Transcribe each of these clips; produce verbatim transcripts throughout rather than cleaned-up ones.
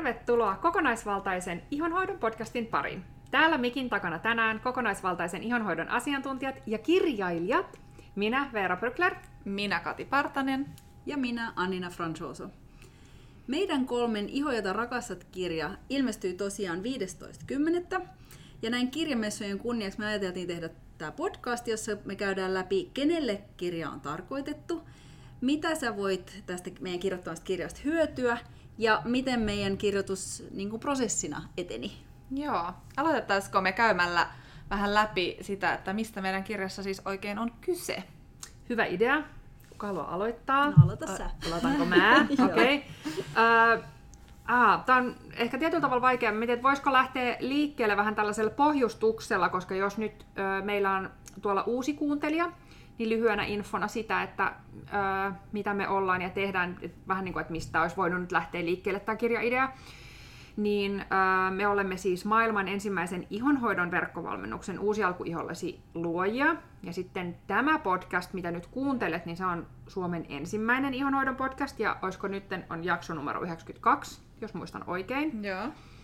tervetuloa kokonaisvaltaisen ihonhoidon podcastin pariin. Täällä mikin takana tänään kokonaisvaltaisen ihonhoidon asiantuntijat ja kirjailijat. Minä Veera Brückler. Minä Kati Partanen. Ja minä Annina Franchoso. Meidän kolmen Iho, jota rakastat -kirja ilmestyy tosiaan viidestoista kymmenettä Ja näin kirjamessujen kunniaksi me ajateltiin tehdä tämä podcast, jossa me käydään läpi, kenelle kirja on tarkoitettu, mitä sä voit tästä meidän kirjoittamasta kirjasta hyötyä ja miten meidän kirjoitus niin kuin prosessina eteni. Joo, aloitettaisiko me käymällä vähän läpi sitä, että mistä meidän kirjassa siis oikein on kyse? Hyvä idea. Kuka haluaa aloittaa? No, aloita sä. Aloitanko mä? Okei. Okay. Ah, tämä on ehkä tietyllä tavalla vaikea. Mietin, että voisiko lähteä liikkeelle vähän tällaisella pohjustuksella, koska jos nyt ö, meillä on tuolla uusi kuuntelija, niin lyhyenä infona sitä, että ö, mitä me ollaan ja tehdään, et vähän niin kuin, että mistä olisi voinut nyt lähteä liikkeelle tämä kirjaidea, niin ö, me olemme siis maailman ensimmäisen ihonhoidon verkkovalmennuksen Uusi alku ihollesi luojia. Ja sitten tämä podcast, mitä nyt kuuntelet, niin se on Suomen ensimmäinen ihonhoidon podcast, ja olisiko nyt on jakso numero yhdeksänkymmentäkaksi, jos muistan oikein. Joo.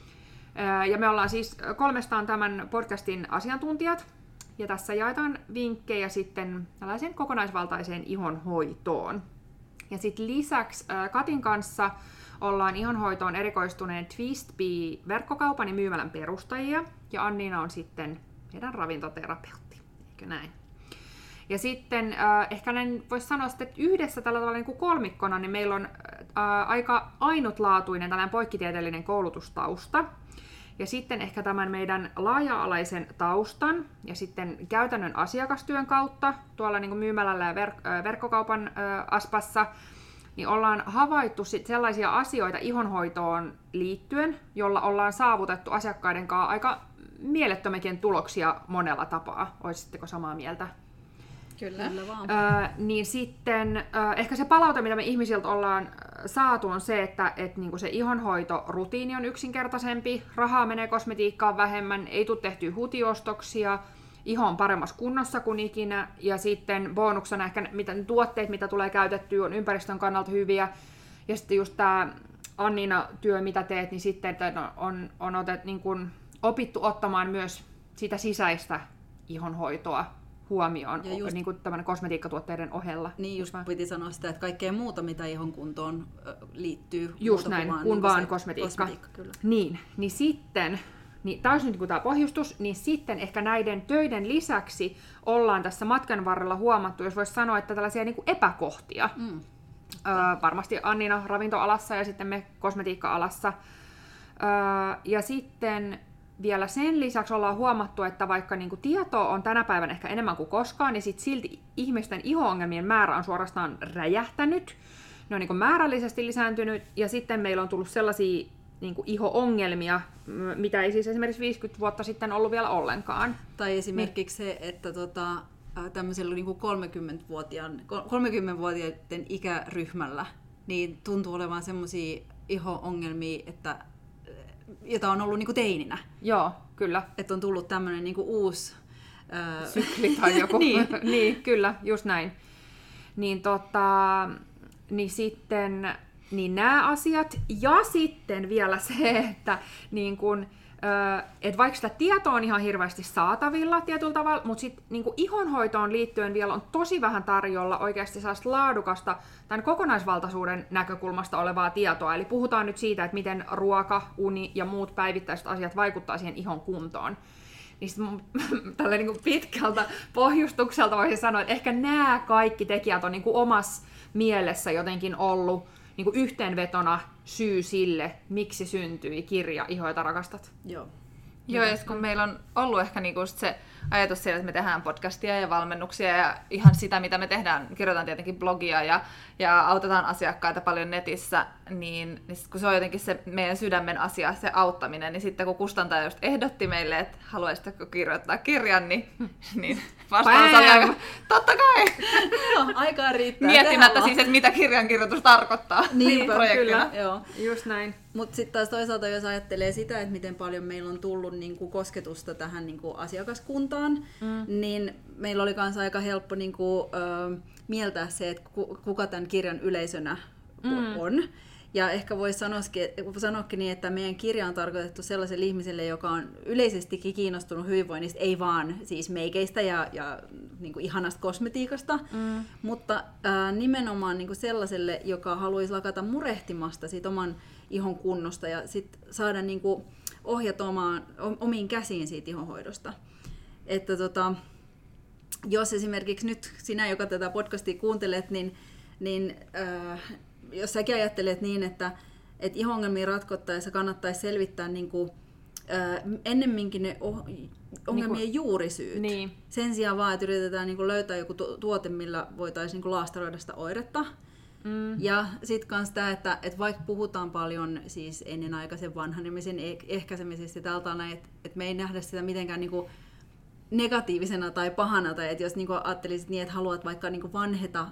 Ja me ollaan siis kolmestaan tämän podcastin asiantuntijat, ja tässä jaetaan vinkkejä sitten tällaiseen kokonaisvaltaiseen ihonhoitoon. Ja sitten lisäksi Katin kanssa ollaan ihonhoitoon erikoistuneen Twistbee-verkkokaupan ja myymälän perustajia, ja Annina on sitten meidän ravintoterapeutti, eikö näin? Ja sitten äh, ehkä näin voisi sanoa, että yhdessä tällä tavalla niin kuin kolmikkona, niin meillä on äh, aika ainutlaatuinen tällainen poikkitieteellinen koulutustausta. Ja sitten ehkä tämän meidän laaja-alaisen taustan ja sitten käytännön asiakastyön kautta tuolla niin kuin myymälällä ja ver- äh, verkkokaupan äh, aspassa, niin ollaan havaittu sit sellaisia asioita ihonhoitoon liittyen, jolla ollaan saavutettu asiakkaiden kanssa aika mielettömäkin tuloksia monella tapaa. Oisitteko samaa mieltä? Kyllä. Kyllä vaan. Öö, niin sitten öö, ehkä se palaute, mitä me ihmisiltä ollaan saatu, on se, että et, niinku se ihonhoitorutiini on yksinkertaisempi, rahaa menee kosmetiikkaan vähemmän, ei tule tehtyä hutiostoksia, iho on paremmassa kunnossa kuin ikinä, ja sitten bonuksena ehkä mitä, tuotteet, mitä tulee käytettyä, on ympäristön kannalta hyviä, ja sitten just tämä Annina-työ, mitä teet, niin sitten että on, on otet, niin kun, opittu ottamaan myös sitä sisäistä ihonhoitoa huomioon, ja just, niin kuin tämän kosmetiikkatuotteiden ohella. Niin just piti sanoa sitä, että kaikkea muuta, mitä ihon kuntoon liittyy. Just näin, kuin kun niin vaan se kosmetiikka. kosmetiikka kyllä. Niin, niin sitten, niin tämä olisi nyt niin tämä pohjustus, niin sitten ehkä näiden töiden lisäksi ollaan tässä matkan varrella huomattu, jos voisi sanoa, että tällaisia niin kuin epäkohtia. Mm. Öö, varmasti Annina ravintoalassa ja sitten me kosmetiikka-alassa. Öö, ja sitten vielä sen lisäksi ollaan huomattu, että vaikka niinku tietoa on tänä päivänä ehkä enemmän kuin koskaan, niin sit silti ihmisten iho-ongelmien määrä on suorastaan räjähtänyt. Ne on niinku määrällisesti lisääntynyt, ja sitten meillä on tullut sellaisia niinku iho-ongelmia, mitä ei siis esimerkiksi viisikymmentä vuotta sitten ollut vielä ollenkaan. Tai esimerkiksi se, että tota, tämmöisellä niinku kolmekymmentävuotiaiden ikäryhmällä niin tuntuu olevan semmoisia iho-ongelmia, että jota on ollut niinku teininä. Joo, kyllä. Että on tullut tämmöinen niinku uusi Ää... sykli tai joku. niin. niin, kyllä, just näin. Niin, tota, niin sitten niin nämä asiat. Ja sitten vielä se, että niin kun, et vaikka sitä tietoa on ihan hirveästi saatavilla tietyllä tavalla, mutta sitten niin ihonhoitoon liittyen vielä on tosi vähän tarjolla oikeasti sellaista laadukasta tämän kokonaisvaltaisuuden näkökulmasta olevaa tietoa. Eli puhutaan nyt siitä, että miten ruoka, uni ja muut päivittäiset asiat vaikuttaa siihen ihon kuntoon. Niin tällä niin pitkältä pohjustukselta voisin sanoa, että ehkä nämä kaikki tekijät on niin omassa mielessä jotenkin ollut niin kuin yhteenvetona syy sille, miksi syntyi kirja Iho, jota rakastat. Joo. Joo, ja kun meillä on ollut ehkä niinku se ajatus siellä, että me tehdään podcastia ja valmennuksia ja ihan sitä, mitä me tehdään, kirjoitetaan tietenkin blogia ja, ja autetaan asiakkaita paljon netissä, niin, niin sit kun se on jotenkin se meidän sydämen asia, se auttaminen, niin sitten kun kustantaja just ehdotti meille, että haluaisitko kirjoittaa kirjan, niin, niin vastaus oli aika, totta kai! Joo, aikaa riittää. Miettimättä siis, että mitä kirjankirjoitus tarkoittaa niin, projektina. Kyllä, joo, just näin. Mutta sitten taas toisaalta, jos ajattelee sitä, että miten paljon meillä on tullut niinku kosketusta tähän niinku asiakaskuntaan, mm. niin meillä oli myös aika helppo niinku, ö, mieltää se, että kuka tämän kirjan yleisönä mm. on. Ja ehkä voisi sanoakin niin, että meidän kirja on tarkoitettu sellaiselle ihmiselle, joka on yleisestikin kiinnostunut hyvinvoinnista, ei vaan siis meikeistä ja, ja niin kuin ihanasta kosmetiikasta, mm. mutta ää, nimenomaan niin kuin sellaiselle, joka haluaisi lakata murehtimasta siitä oman ihon kunnosta ja sit saada niin kuin ohjat omaan, omiin käsiin siitä ihonhoidosta. Että tota, jos esimerkiksi nyt sinä, joka tätä podcastia kuuntelet, niin, niin ää, jos säkin ajattelet niin, että, että ihon-ongelmia ratkottaessa kannattaisi selvittää niin kuin, ää, ennemminkin ne oh, ongelmien niin kuin, juurisyyt. Niin. Sen sijaan vaan, että yritetään niin kuin löytää joku tuote, millä voitaisiin niin kuin laastaroida sitä oiretta. Mm. Ja sitten myös tämä, että, että vaikka puhutaan paljon siis ennenaikaisen vanhenemisen ehkäisemisestä ja tältä näin, että, että me ei nähdä sitä mitenkään niin kuin negatiivisena tai pahana, tai että jos niin kuin ajattelisit niin, että haluat vaikka niin kuin vanheta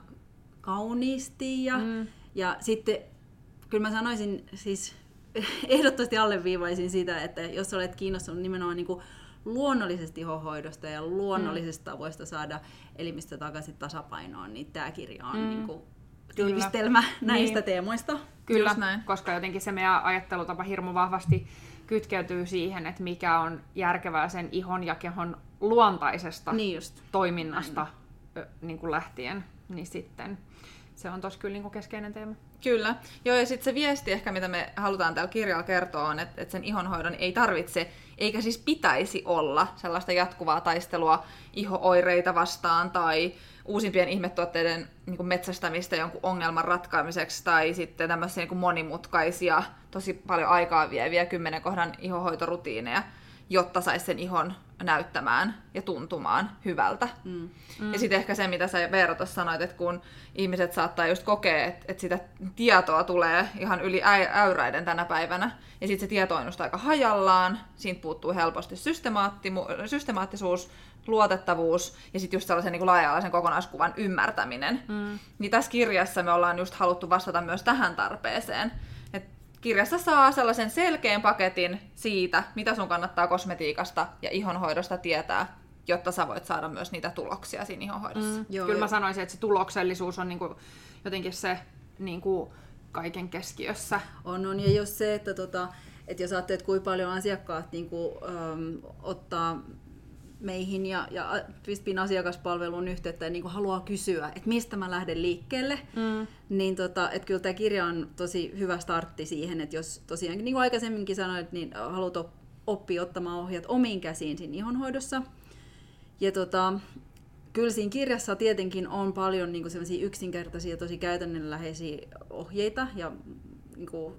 kauniisti ja mm. Ja sitten kyllä mä sanoisin, siis ehdottomasti alleviivaisin sitä, että jos olet kiinnostunut nimenomaan niin kuin luonnollisesta ihonhoidosta ja luonnollisesta tavoista saada elimistö takaisin tasapainoon, niin tämä kirja on mm. niin kuin tiivistelmä näistä niin. teemoista. Kyllä, koska jotenkin se meidän ajattelutapa hirmu vahvasti kytkeytyy siihen, että mikä on järkevää sen ihon ja kehon luontaisesta niin just. toiminnasta niin kuin lähtien, niin sitten se on tossa kyllä niin kuin keskeinen teema. Kyllä. Joo, ja sitten se viesti ehkä, mitä me halutaan tällä kirjalla kertoa, on, että, että sen ihonhoidon ei tarvitse, eikä siis pitäisi olla sellaista jatkuvaa taistelua iho-oireita vastaan tai uusimpien ihmetuotteiden niin kuin metsästämistä jonkun ongelman ratkaamiseksi tai sitten tämmöisiä niin kuin monimutkaisia, tosi paljon aikaa vieviä kymmenen kohdan ihonhoitorutiineja, jotta saisi sen ihon näyttämään ja tuntumaan hyvältä. Mm. Mm. Ja sitten ehkä se, mitä sä Veera tuossa sanoit, että kun ihmiset saattaa just kokea, että, että sitä tietoa tulee ihan yli äyräiden tänä päivänä, ja sitten se tieto on just aika hajallaan, siitä puuttuu helposti systemaattisuus, luotettavuus ja sitten just sellaisen niin kuin laaja-alaisen kokonaiskuvan ymmärtäminen. Mm. Niin tässä kirjassa me ollaan just haluttu vastata myös tähän tarpeeseen. Kirjassa saa sellaisen selkeän paketin siitä, mitä sun kannattaa kosmetiikasta ja ihonhoidosta tietää, jotta sä voit saada myös niitä tuloksia siinä ihonhoidossa. Mm, joo, Kyllä mä sanoisin, että se tuloksellisuus on niinku jotenkin se niinku kaiken keskiössä. On, on. Ja jos se, että, tota, että jos ajattelet, kuinka paljon asiakkaat niinku, äm, ottaa meihin ja, ja Twistpin asiakaspalveluun yhteyttä ja niin kuin haluaa kysyä, että mistä mä lähden liikkeelle, mm. niin tota, että kyllä tämä kirja on tosi hyvä startti siihen, että jos tosiaankin, niin kuin aikaisemminkin sanoit, niin haluat oppia ottamaan ohjat omiin käsiin siinä ihonhoidossa. Ja tota, kyllä siinä kirjassa tietenkin on paljon niin kuin sellaisia yksinkertaisia, tosi käytännönläheisiä ohjeita ja niin kuin,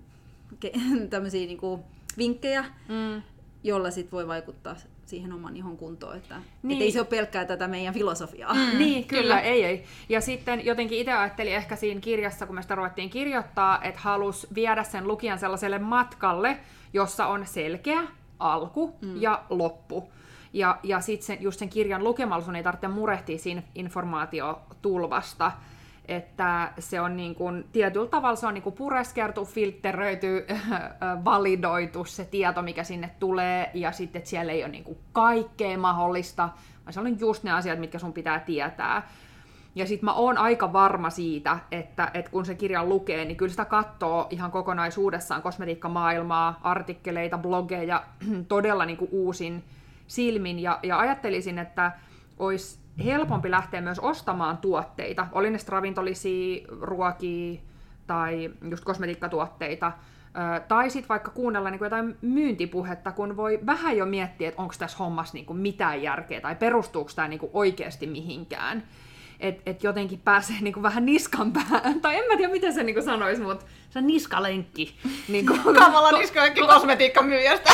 tämmöisiä niin kuin vinkkejä, mm. jolla sit voi vaikuttaa siihen oman ihon kuntoon, että niin. et ei se ole pelkkää tätä meidän filosofiaa. Mm, niin, kyllä, kyllä, ei, ei. Ja sitten jotenkin itse ajattelin ehkä siinä kirjassa, kun me sitä ruvettiin kirjoittaa, että halusi viedä sen lukijan sellaiselle matkalle, jossa on selkeä alku mm. ja loppu. Ja, ja sitten just sen kirjan lukemalla sun ei tarvitse murehtia siinä informaatiotulvasta, että se on niin kuin, tietyllä tavalla se on niin kuin pureskeltu, filtteröity, validoitu se tieto, mikä sinne tulee, ja sitten että siellä ei ole niin kuin kaikkea mahdollista, vaan se on just ne asiat, mitkä sun pitää tietää. Ja sitten mä oon aika varma siitä, että, että kun se kirjan lukee, niin kyllä sitä katsoo ihan kokonaisuudessaan kosmetiikkamaailmaa, artikkeleita, blogeja, todella niin kuin uusin silmin, ja, ja ajattelisin, että olisi helpompi lähteä myös ostamaan tuotteita, oli ne ravintolisia, ruokia tai just kosmetiikkatuotteita, tai sitten vaikka kuunnella niin jotain myyntipuhetta, kun voi vähän jo miettiä, että onko tässä hommassa niin mitään järkeä, tai perustuuko tämä niin oikeasti mihinkään. Että et jotenkin pääsee niin vähän niskan päähän, tai en mä tiedä miten se niin sanoisi, mutta se on niskalenkki. Niin Kamala niskalenkki kosmetiikkamyyjästä.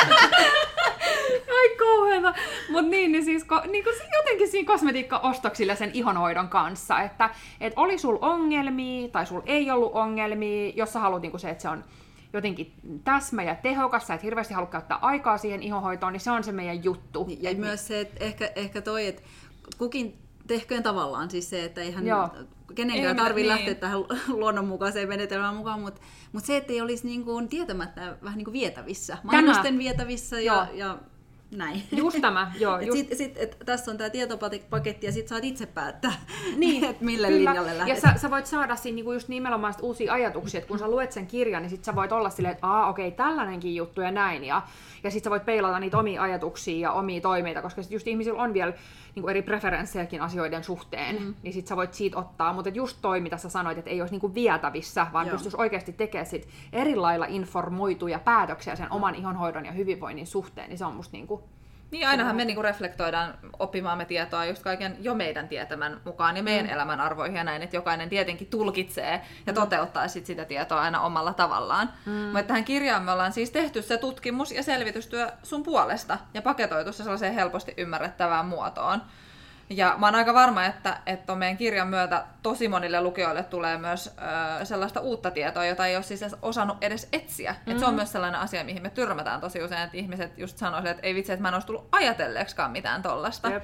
Ai kauheeta. Mutta niin, niin siis niin jotenkin siinä kosmetiikkaostoksilla sen ihonhoidon kanssa, että et oli sul ongelmia tai sul ei ollut ongelmia, jos sä haluat niin se, että se on jotenkin täsmä ja tehokas, sä et hirveästi halua käyttää aikaa siihen ihonhoitoon, niin se on se meidän juttu. Ja et myös se, että ehkä, ehkä toi, että kukin tehköön tavallaan siis se, että eihän Joo. kenenkään tarvitse niin. lähteä tähän luonnonmukaiseen menetelmään mukaan, mutta mut se, että ei olisi niin kuin tietämättä vähän niin kuin vietävissä, mainosten vietävissä ja, ja näin. Just tämä, joo. Et Just... sit, sit, et tässä on tämä tietopaketti ja sitten saat itse päättää, niin, että mille kyllä. linjalle lähdet. Ja sä, sä voit saada siinä niinku just nimenomaan uusia ajatuksia, että kun sä luet sen kirjan, niin sit sä voit olla silleen, että aa okei, okay, tällainenkin juttu ja näin. Ja, ja sit sä voit peilata niitä omia ajatuksia ja omia toimeita, koska sit just ihmisillä on vielä niinku eri preferenssejäkin asioiden suhteen, mm. niin sit sä voit siitä ottaa. Mutta just toi, mitä sä sanoit, että ei olisi niinku vietävissä, vaan Joo. pystyisi oikeasti tekemään sit eri lailla informoituja päätöksiä sen oman ihonhoidon ja hyvinvoinnin suhteen, niin se on musta niinku... Niin, ainahan me niinku reflektoidaan oppimaamme tietoa just kaiken jo meidän tietämän mukaan ja meidän mm. elämän arvoihin ja näin, että jokainen tietenkin tulkitsee ja mm. toteuttaa sit sitä tietoa aina omalla tavallaan. Mm. Mutta tähän kirjaan me ollaan siis tehty se tutkimus ja selvitystyö sun puolesta ja paketoitu se sellaiseen helposti ymmärrettävään muotoon. Ja mä oon aika varma, että, että meidän kirjan myötä tosi monille lukijoille tulee myös ö, sellaista uutta tietoa, jota ei ole siis osannut edes etsiä. Mm-hmm. Et se on myös sellainen asia, mihin me tyrmätään tosi usein, että ihmiset just sanoisivat, että ei vitsi, että mä en olisi tullut ajatelleeksikaan mitään tollasta. Yep.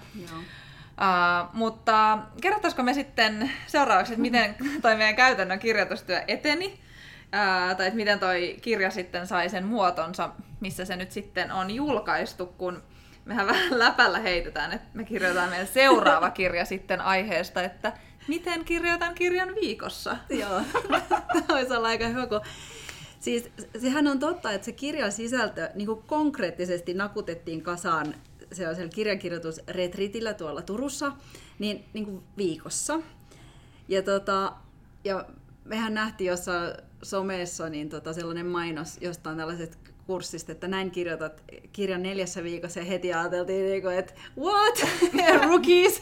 Uh, mutta kerrottaisiko me sitten seuraavaksi, että miten toi meidän käytännön kirjoitustyö eteni, uh, tai että miten toi kirja sitten sai sen muotonsa, missä se nyt sitten on julkaistu, kun mehän vähän läpällä heitetään, että me kirjoitetaan meidän seuraava kirja sitten aiheesta, että miten kirjoitan kirjan viikossa. Joo, tämä olisi olla aika hyvä, kun siis sehän on totta, että se kirjan sisältö niin kuin konkreettisesti nakutettiin kasaan sellaisella kirjankirjoitusretritillä tuolla Turussa, niin, niin kuin viikossa. Ja, tota, ja mehän nähtiin jossain somessa niin tota sellainen mainos jostain tällaiset kurssista, että näin kirjoitat kirjan neljässä viikossa ja heti ajateltiin, että what? Rookies!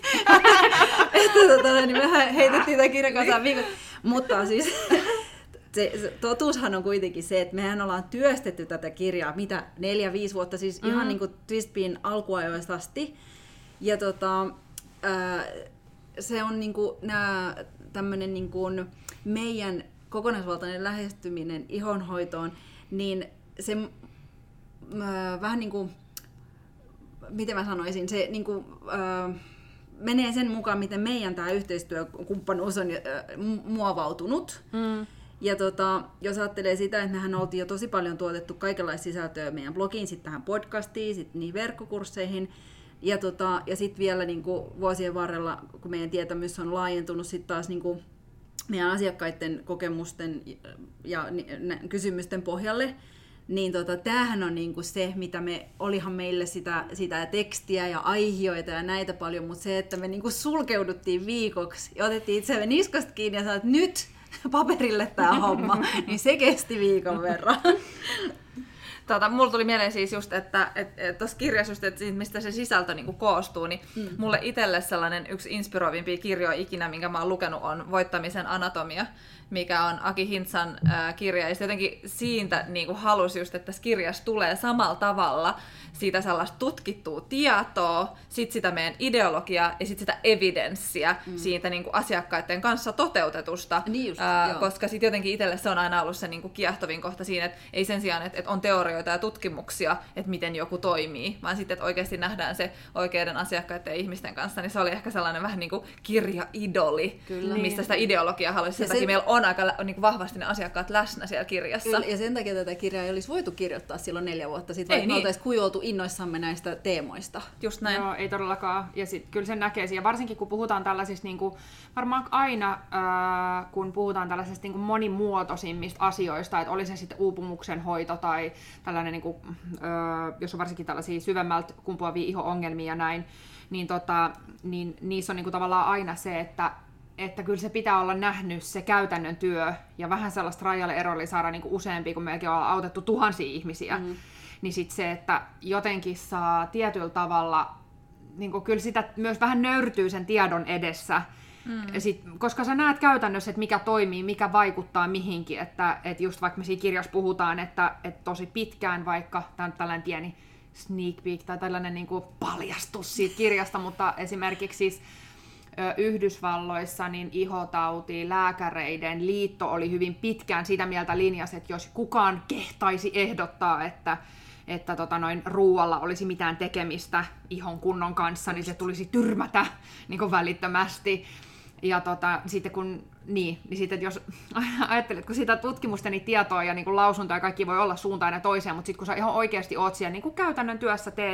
että tota, niin mehän heitettiin tämän kirjan kasaan viikossa. Mutta siis se, se, totuushan on kuitenkin se, että mehän ollaan työstetty tätä kirjaa, mitä neljä, viisi vuotta, siis mm. ihan niin kuin Twistbeen alkuajoista asti. Ja tota, ää, se on niin kuin nää, tämmönen niin kuin meidän kokonaisvaltainen lähestyminen ihonhoitoon, niin se äh, vähän niin kuin, miten mä sanoisin, se niin kuin, äh, menee sen mukaan, miten meidän tämä yhteistyökumppanuus on äh, muovautunut. Mm. Ja tota, jos ajattelee sitä, että mehän oltiin jo tosi paljon tuotettu kaikenlaista sisältöä meidän blogiin, sitten tähän podcastiin, sitten niihin verkkokursseihin. Ja, tota, ja sitten vielä niin kuin vuosien varrella, kun meidän tietämys on laajentunut sitten taas niin kuin meidän asiakkaiden kokemusten ja kysymysten pohjalle, niin tota, tämähän on niinku se, mitä me, olihan meille sitä, sitä tekstiä ja aihioita ja näitä paljon, mutta se, että me niinku sulkeuduttiin viikoksi ja otettiin itsemme niskasta kiinni ja sanoin, että nyt paperille tämä homma, niin se kesti viikon verran. Tota, mulla tuli mieleen siis just, että tuossa kirjassa just, että mistä se sisältö niinku koostuu, niin mm. mulle itselle sellainen yksi inspiroivimpia kirjoja ikinä, minkä mä oon lukenut, on Voittamisen anatomia, mikä on Aki Hintsan äh, kirja. Ja jotenkin siitä niinku halusi just, että tässä kirjassa tulee samalla tavalla siitä sellaista tutkittua tietoa, sit sitä meidän ideologiaa ja sit sitä evidenssiä mm. siitä niinku asiakkaiden kanssa toteutetusta. Niin just, äh, koska sit jotenkin itselle se on aina ollut se niinku kiehtovin kohta siinä, että ei sen sijaan, että, että on teorioita ja tutkimuksia, että miten joku toimii, vaan sitten, että oikeasti nähdään se oikeiden asiakkaiden ja ihmisten kanssa, niin se oli ehkä sellainen vähän niin kuin kirjaidoli, Kyllä. mistä sitä ideologiaa haluaisi. Sen takia meillä on aika niin kuin vahvasti ne asiakkaat läsnä siellä kirjassa. Kyllä, ja sen takia tätä kirjaa ei olisi voitu kirjoittaa silloin neljä vuotta sitten, vaikka niin. me oltaisiin kujoiltu innoissamme näistä teemoista. Just näin. Joo, ei todellakaan. Ja sit, kyllä sen näkee siinä, varsinkin kun puhutaan tällaisista, niin kuin, varmaan aina äh, kun puhutaan tällaisista niin kuin monimuotoisimmista asioista, että oli se sitten uupumuksen hoito tai tällainen, niin kuin, äh, jos on varsinkin tällaisia syvemmältä kumpuavia iho-ongelmia ja näin, niin, tota, niin niissä on niin kuin tavallaan aina se, että että kyllä se pitää olla nähnyt se käytännön työ ja vähän sellaista rajalle erolle saada niin kuin useampia, kun meilläkin on autettu tuhansia ihmisiä, mm. niin sitten se, että jotenkin saa tietyllä tavalla, niin kuin kyllä sitä myös vähän nöyrtyy sen tiedon edessä, mm. sit, koska sä näet käytännössä, että mikä toimii, mikä vaikuttaa mihinkin, että, että just vaikka me siinä kirjassa puhutaan, että, että tosi pitkään vaikka, tämä on tällainen pieni sneak peek tai tällainen niin kuin paljastus siitä kirjasta, mutta esimerkiksi siis Yhdysvalloissa niin ihotauti, lääkäreiden liitto oli hyvin pitkään sitä mieltä linjassa, että jos kukaan kehtaisi ehdottaa, että, että tota noin, ruualla olisi mitään tekemistä ihon kunnon kanssa, niin se tulisi tyrmätä niin kuin välittömästi. Ja tota, sitten kun, niin, niin sitten, jos ajattelet, kun sitä tutkimusta, niin tietoa ja niin kuin lausuntoja ja kaikki voi olla suuntaan ja toiseen, mutta sitten kun sä ihan oikeasti oot siellä niin kuin käytännön työssä teet,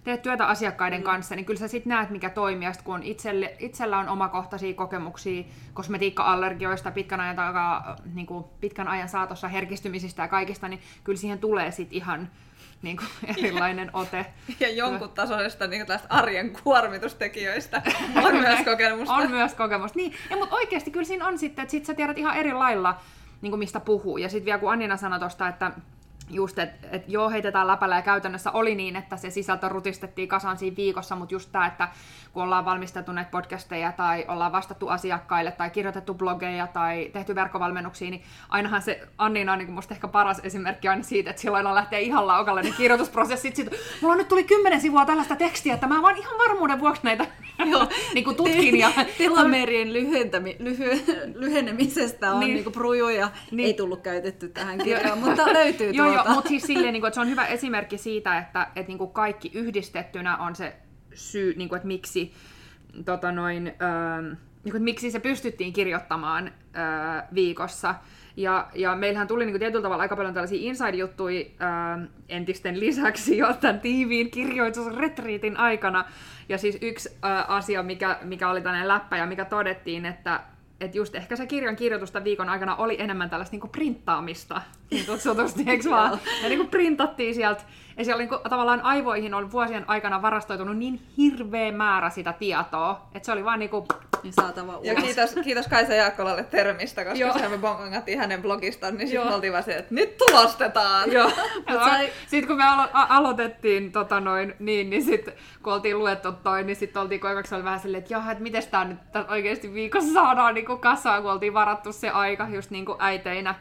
teet työtä asiakkaiden mm. kanssa, niin kyllä sä sit näet, mikä toimii. Ja sit kun itselle, itsellä on omakohtaisia kokemuksia kosmetiikka-allergioista, pitkän ajan, takaa, niin kuin pitkän ajan saatossa herkistymisistä ja kaikista, niin kyllä siihen tulee sit ihan niin kuin erilainen ote. Ja jonkun tasoisesta niin arjen kuormitustekijöistä on myös kokemusta. On myös kokemusta. Niin, ja mutta oikeasti kyllä siinä on sitten, että sit sä tiedät ihan eri lailla, niin kuin mistä puhuu. Ja sitten vielä kun Annina sanoi tuosta, että just, että et joo, heitetään läpällä ja käytännössä oli niin, että se sisältö rutistettiin kasaan siinä viikossa, mutta just tämä, että kun ollaan valmistettu näitä podcasteja tai ollaan vastattu asiakkaille tai kirjoitettu blogeja tai tehty verkkovalmennuksia, niin ainahan se Annina on niin musta ehkä paras esimerkki aina siitä, että silloin aina lähtee ihan laukalle ne kirjoitusprosessit. Sitten, mulla nyt tuli kymmenen sivua tällaista tekstiä, että mä vaan ihan varmuuden vuoksi näitä niin kuin tutkin. Ja telomerien lyhentämi, lyhy, lyhenemisestä on niin, niin prujuja, niin, ei tullut käytetty tähän kirjaan, mutta löytyy joo, tuolta. Joo, mutta siis silleen, että se on hyvä esimerkki siitä, että, että niin kuin kaikki yhdistettynä on se syy, niin kuin, että miksi, tota noin, ähm, niin kuin, että miksi se pystyttiin kirjoittamaan äh, viikossa. Ja, ja meillähän tuli niin kuin tietyllä tavalla aika paljon tällaisia inside-juttuja äh, entisten lisäksi jo tämän tiiviin kirjoitusretriitin aikana. Ja siis yksi äh, asia, mikä, mikä oli tällainen läppä ja mikä todettiin, että että just ehkä se kirjan kirjoitusta viikon aikana oli enemmän tällaista niinku printtaamista, niin kutsutusti, eikö vaan? Ja niinku printattiin sieltä, ja siellä niinku, tavallaan aivoihin on vuosien aikana varastoitunut niin hirveä määrä sitä tietoa, että se oli vaan niinku niin saatava ulos. Ja kiitos, kiitos Kaisa Jaakkolalle termistä, koska joo, sehän me bongangattiin hänen blogistaan, niin sitten oltiin vaan se, että nyt tulostetaan! Joo. sai... Sitten kun me alo- a- aloitettiin tota noin, niin, niin sitten kun oltiin luettu toi, niin sitten oltiin koivaksi oli vähän silleen, että jaha, että miten tää nyt oikeasti viikossa saadaan niin kasaan, kun oltiin varattu se aika just niin kuin äiteinä,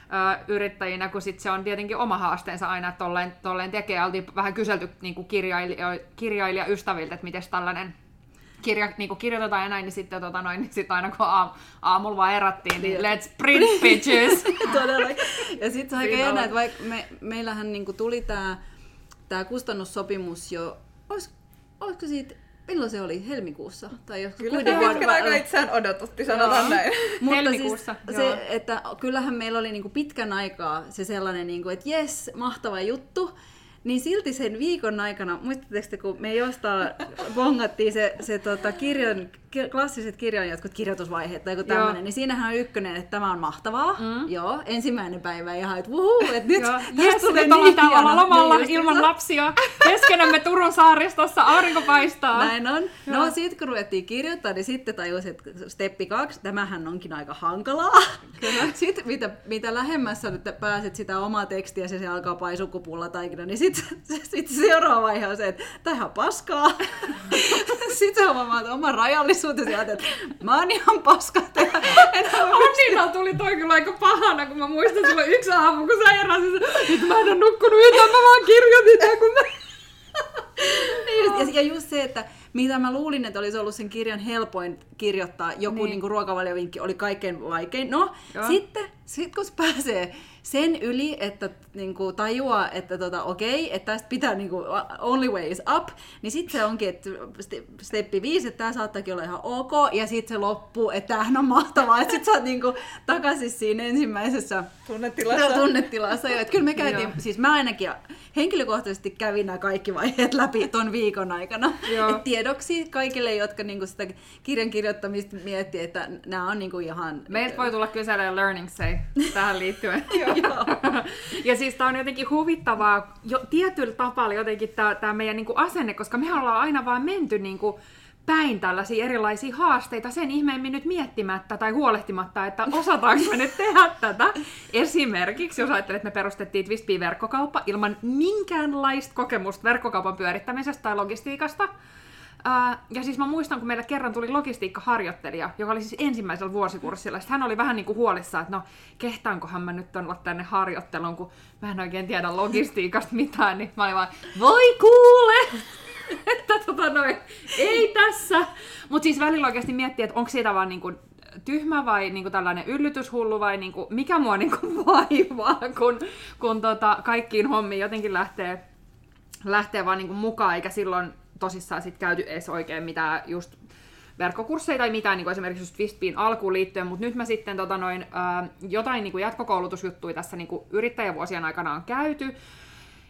ö, yrittäjinä, kun sit se on tietenkin oma haasteensa aina, että tolleen, tolleen tekee. Oltiin vähän kyselty niin kuin kirjailija, kirjailijaystäviltä, että miten tällainen kirja, niin kuin kirjoitetaan ja näin, niin sitten tota noin, niin sit aina kun aam, aamulla vaan erättiin, niin let's print bitches! Todella. Ja sitten se on aika jännä, että vaikka me, meillähän niin kuin tuli tämä tää kustannussopimus jo, olis, olisiko siitä, milloin se oli? Helmikuussa? Tai kyllä tämä hetken aika itseään odotutti, sanotaan näin. Mutta helmikuussa, siis se, että kyllähän meillä oli niinku pitkän aikaa se sellainen, niinku, että jes, mahtava juttu. Niin silti sen viikon aikana, muistatteko te, kun me jostain bongattiin se, se tota, kirjan, klassiset kirjan jotkut kirjoitusvaiheet tai joku tämmöinen, niin siinähän on ykkönen, että tämä on mahtavaa. Mm. Joo, ensimmäinen päivä ihan, että wuhuu, että nyt yes, tulee nyt niin hieno. Lomalla niin ilman lapsia. Keskenämme Turun saaristossa, aurinko paistaa. Näin on. Joo. No sitten kun ruvettiin kirjoittaa, niin sitten tajusin, että steppi kaksi, tämähän onkin aika hankalaa. Kyllä. Sitten mitä, mitä lähemmässä nyt pääset sitä omaa tekstiä, se, se alkaa paisua kuin pullataikina, niin sitten sit seuraava vaihe on se, että tähän paskaa. Sitten se huomaa oman rajallisuutensa ja että mä oon ihan paska tehdä. Annina tuli toi kyllä aika pahana, kun mä muistan silloin yksi aamu, kun sä heräsit, että mä en ole nukkunut yhtään, mä vaan kirjoitin. Kun mä... niin, ja just se, että mitä mä luulin, että olisi ollut sen kirjan helpoin kirjoittaa, joku niin. Niin ruokavaliovinkki oli kaikkein vaikein. No, joo. sitten sit kun pääsee sen yli, että niinku, tajuaa, että tota, okei, että tästä pitää niinku, only way is up, niin sitten se onkin, että steppi viisi, että tämä saattaakin olla ihan ok, ja sitten se loppuu, että tämähän on mahtavaa, että sitten sä oot niinku, takaisin siinä ensimmäisessä tunnetilassa. tunnetilassa. Jo. Kyllä me käytiin, siis mä ainakin henkilökohtaisesti kävin nämä kaikki vaiheet läpi ton viikon aikana. Et tiedoksi kaikille, jotka niinku sitä kirjan kirjoittamista miettii, että nämä on niinku ihan... Meiltä voi tulla kyselemään learning say tähän liittyen. Ja siis tää on jotenkin huvittavaa jo tietyllä tapaa jotenkin tää, tää meidän niinku asenne, koska me ollaan aina vaan menty niinku päin tällaisia erilaisia haasteita sen ihmeemmin nyt miettimättä tai huolehtimatta, että osataanko me nyt tehdä tätä. Esimerkiksi, jos ajattelet, että me perustettiin Twistbee-verkkokauppa ilman minkäänlaista kokemusta verkkokaupan pyörittämisestä tai logistiikasta. Uh, ja siis mä muistan, kun meillä kerran tuli logistiikkaharjoittelija, joka oli siis ensimmäisellä vuosikurssilla. Sitten hän oli vähän niin kuin huolissaan, että no kehtaankohan mä nyt olla tänne harjoitteluun, kun mä en oikein tiedä logistiikasta mitään. Niin mä olin vaan, voi kuule! että tota noin, ei tässä! Mutta siis välillä oikeasti miettii, että onko siitä vaan niin kuin tyhmä vai niin kuin tällainen yllytyshullu vai niin kuin, mikä mua niin kuin vaivaa, kun, kun tota, kaikkiin hommiin jotenkin lähtee, lähtee vaan niin kuin mukaan, eikä silloin tosissaan sit käyty edes oikein mitään just verkkokursseja tai mitään niin kuin esimerkiksi just Twistbeen alkuun liittyen, mutta nyt mä sitten tota noin, ää, jotain niin kuin jatkokoulutusjuttuja tässä niin kuin yrittäjävuosien aikana on käyty.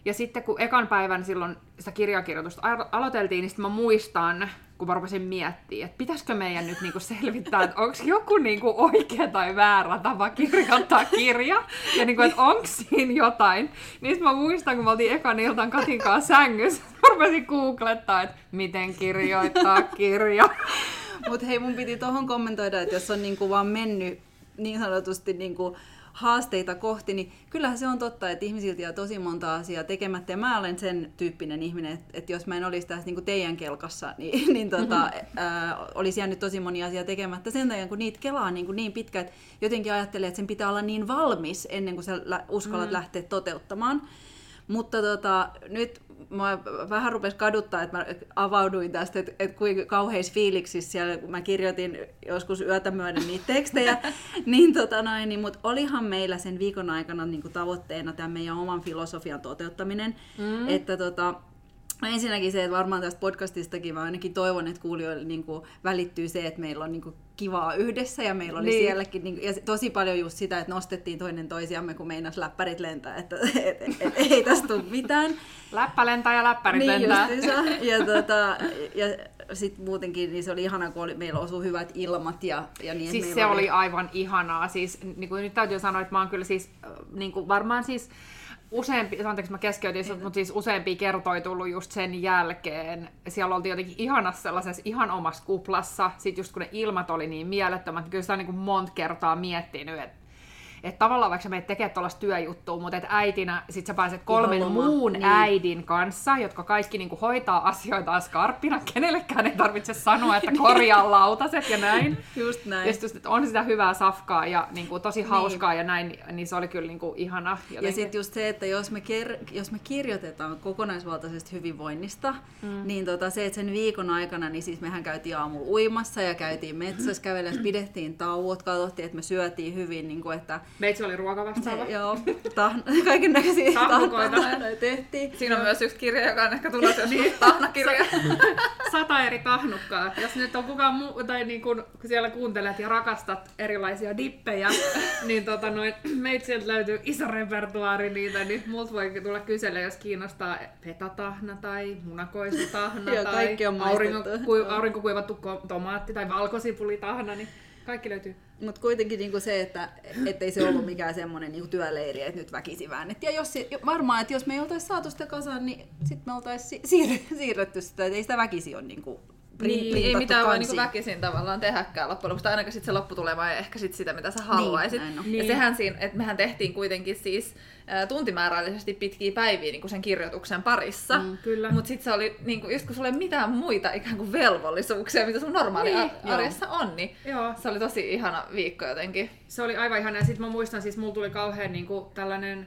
Ja sitten kun ekan päivän silloin sitä kirjakirjoitusta aloiteltiin, niin sitten mä muistan, kun mä rupesin miettimään, että pitäisikö meidän nyt niinku selvittää, että onko joku niinku oikea tai väärä tapa kirjoittaa kirja, ja niinku, että onko siinä jotain. Niin sitten mä muistan, kun me oltiin ekan iltan Katin kanssa sängyssä, mä rupesin googlettaa, että miten kirjoittaa kirja. Mutta hei, mun piti tohon kommentoida, että jos on niinku vaan mennyt niin sanotusti niinku haasteita kohti, niin kyllähän se on totta, että ihmisiltä jää tosi monta asiaa tekemättä. Ja mä olen sen tyyppinen ihminen, että, että jos mä en olisi tässä niin kuin teidän kelkassa, niin, niin tota, mm-hmm. ää, olisi jäänyt tosi moni asia tekemättä. Sen takia, kun niitä kelaa niin, kuin niin pitkä, että jotenkin ajattelee, että sen pitää olla niin valmis ennen kuin sä uskallat mm. lähteä toteuttamaan. Mutta tota, nyt mä vähän rupesi kaduttaa, että mä avauduin tästä, että, että kuinka kauheissa fiiliksissä siellä, kun mä kirjoitin joskus yötä myöden niitä tekstejä, niin, tota noin, niin, mutta olihan meillä sen viikon aikana niin kuin tavoitteena tämän meidän oman filosofian toteuttaminen, mm. että tota, ensinnäkin se, että varmaan tästä podcastistakin mä ainakin toivon, että kuulijoille niin kuin välittyy se, että meillä on niin kuin kivaa yhdessä ja meillä oli niin. sielläkin niin, ja tosi paljon just sitä, että nostettiin toinen toisiamme, kun meinas läppärit lentää, että et, et, et, ei tästä tule mitään. Läppä lentää ja läppärit niin lentää. Ja, tota, ja sitten muutenkin niin se oli ihana, kun oli, meillä osui hyvät ilmat. Ja, ja niin, siis se oli... oli aivan ihanaa. Siis, niin kuin nyt täytyy sanoa, että mä oon kyllä siis niin kuin varmaan siis useampi, anteeksi mä keskeytin, mutta siis useampia kertoja tullut just sen jälkeen. Siellä oltiin jotenkin ihanassa sellaisessa ihan omassa kuplassa. Sitten just kun ne ilmat oli niin mielettömät, kyllä sitä on niin kuin monta kertaa miettinyt, että että tavallaan vaikka sä menet tekemään tuollaista työjuttua, mutta et äitinä sit sä pääset kolmen Ihan muun niin. äidin kanssa, jotka kaikki niinku hoitaa asioita skarppina. Kenellekään ei tarvitse sanoa, että korjaa lautaset ja näin. Just näin. Ja sit, on sitä hyvää safkaa ja niinku, tosi hauskaa niin. ja näin, niin se oli kyllä niinku ihana. Jotenkin. Ja sitten just se, että jos me, ker- jos me kirjoitetaan kokonaisvaltaisesta hyvinvoinnista, mm. niin tota, se, että sen viikon aikana, niin siis mehän käytiin aamulla uimassa ja käytiin metsässä kävellessä, pidettiin tauot, katsottiin, että me syötiin hyvin, niin kuin, että meitsi oli ruokavastaava. Joo, tahn- kaiken näköisiä tahnukoita tehtiin. Siinä on myös yksi kirja, joka on ehkä tullut, jos on tahnakirja. Sata eri tahnukkaa. Jos nyt on kukaan muu, tai niin kun siellä kuuntelet ja rakastat erilaisia dippejä, niin tota noin, meitsiltä löytyy iso repertuaari niitä, niin multa voi tulla kysellä, jos kiinnostaa petatahna tai munakoisutahna Joo, tai aurinko, aurinkokuivattu tomaatti tai valkosipulitahna, niin kaikki löytyy. Mutta kuitenkin niinku se, että ei se ollut mikään semmoinen niinku työleiri, että nyt väkisin väännettiin. Ja jos, varmaan, että jos me ei oltaisi saatu sitä kasaan, niin sitten me oltaisiin siir- siirretty sitä, että ei sitä väkisin ole niinku niin, ei mitään voi niinku väkisin tavallaan tehdäkään loppujen lopuksi. Ainakaan sit se lopputulema ja ehkä sit sitä, mitä sä haluaisit. Niin, niin. Ja sehän siinä, että mehän tehtiin kuitenkin siis ä, tuntimäärällisesti pitkiä päiviä niinku sen kirjoituksen parissa. Mm, mutta sitten se oli, niinku, just kun sulla ei mitään muita ikään kuin velvollisuuksia, mitä sun normaali niin, arjessa on, niin joo. Se oli tosi ihana viikko jotenkin. Se oli aivan ihana. Ja sitten mä muistan, siis mulla tuli kauhean niinku tällainen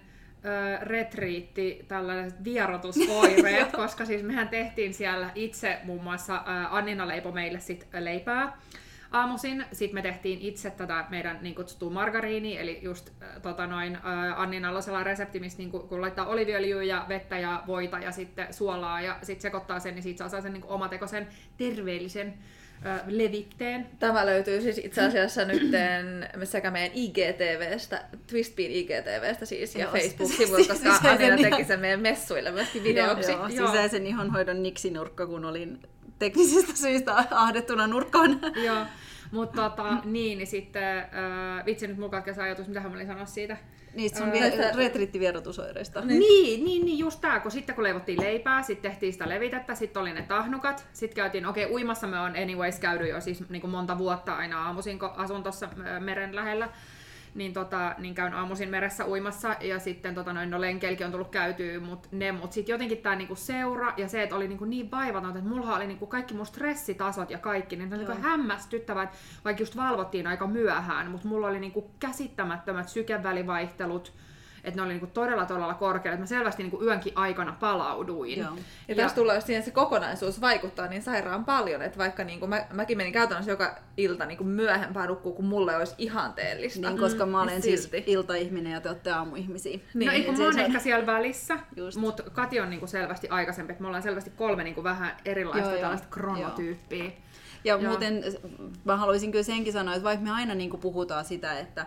retriitti, tällaiset vierotusoireet, koska siis mehän tehtiin siellä itse, muun muassa Annina leipoi meille sit leipää aamuisin. Sitten me tehtiin itse tätä meidän niin kutsuttua margariini, eli just tota noin, Anninalla sellainen resepti, missä niin kun laittaa oliviöljyä ja vettä ja voita ja sitten suolaa ja sitten sekoittaa sen, niin siitä saa sen niin omatekoisen terveellisen levitteen. Tämä löytyy siis itse asiassa nyt sekä meidän I G T V:stä, Twistbean I G T V:stä siis, ja joo, Facebook-sivuilta, koska Annina teki sen meidän messuille myöskin videoksi. Joo, joo, sisäisen ihonhoidon niksinurkka, kun olin teknisistä syistä ahdettuna nurkkaan. Joo, mutta tota, niin, niin sitten, äh, vitsi nyt mulla katkesi ajatus, mitä mä olin sanoa siitä. Niistä sun vie- retriittivierotusoireista. Niin. niin, niin, niin, just tää, kun sitten kun leivottiin leipää, sitten tehtiin sitä levitettä, sitten oli ne tahnukat, sitten käytiin, okei, okay, uimassa me on anyways käydy jo siis niin kuin monta vuotta aina aamuisin, kun asun tuossa meren lähellä, niin, tota, niin käyn aamuisin meressä uimassa, ja sitten tota, noin, no lenkeilläkin on tullut käytyä, mutta ne, mut sitten jotenkin tää niinku seura, ja se, että oli niinku niin vaivatonta, että mulla oli niinku kaikki mun stressitasot ja kaikki, niin se oli niinku hämmästyttävää, että vaikka just valvottiin aika myöhään, mutta mulla oli niinku käsittämättömät sykevälivaihtelut, että ne oli niinku todella todella korkealla, että mä selvästi niinku yönkin aikana palauduin. Joo. Ja, ja tässä tulee siihen, että se kokonaisuus vaikuttaa niin sairaan paljon, että vaikka niinku mä, mäkin menin käytännössä joka ilta niinku myöhempään nukkuu, kun mulle olisi ihanteellista. Niin, koska mä olen siis iltaihminen ja te olette aamuihmisiä. Niin, no ei, kun mä oon ehkä siellä välissä, mutta Kati on niinku selvästi aikaisempi, että me ollaan selvästi kolme niinku vähän erilaista joo, tällaista kronotyyppiä. Ja joo. Muuten mä haluaisin kyllä senkin sanoa, että vaikka me aina niinku puhutaan sitä, että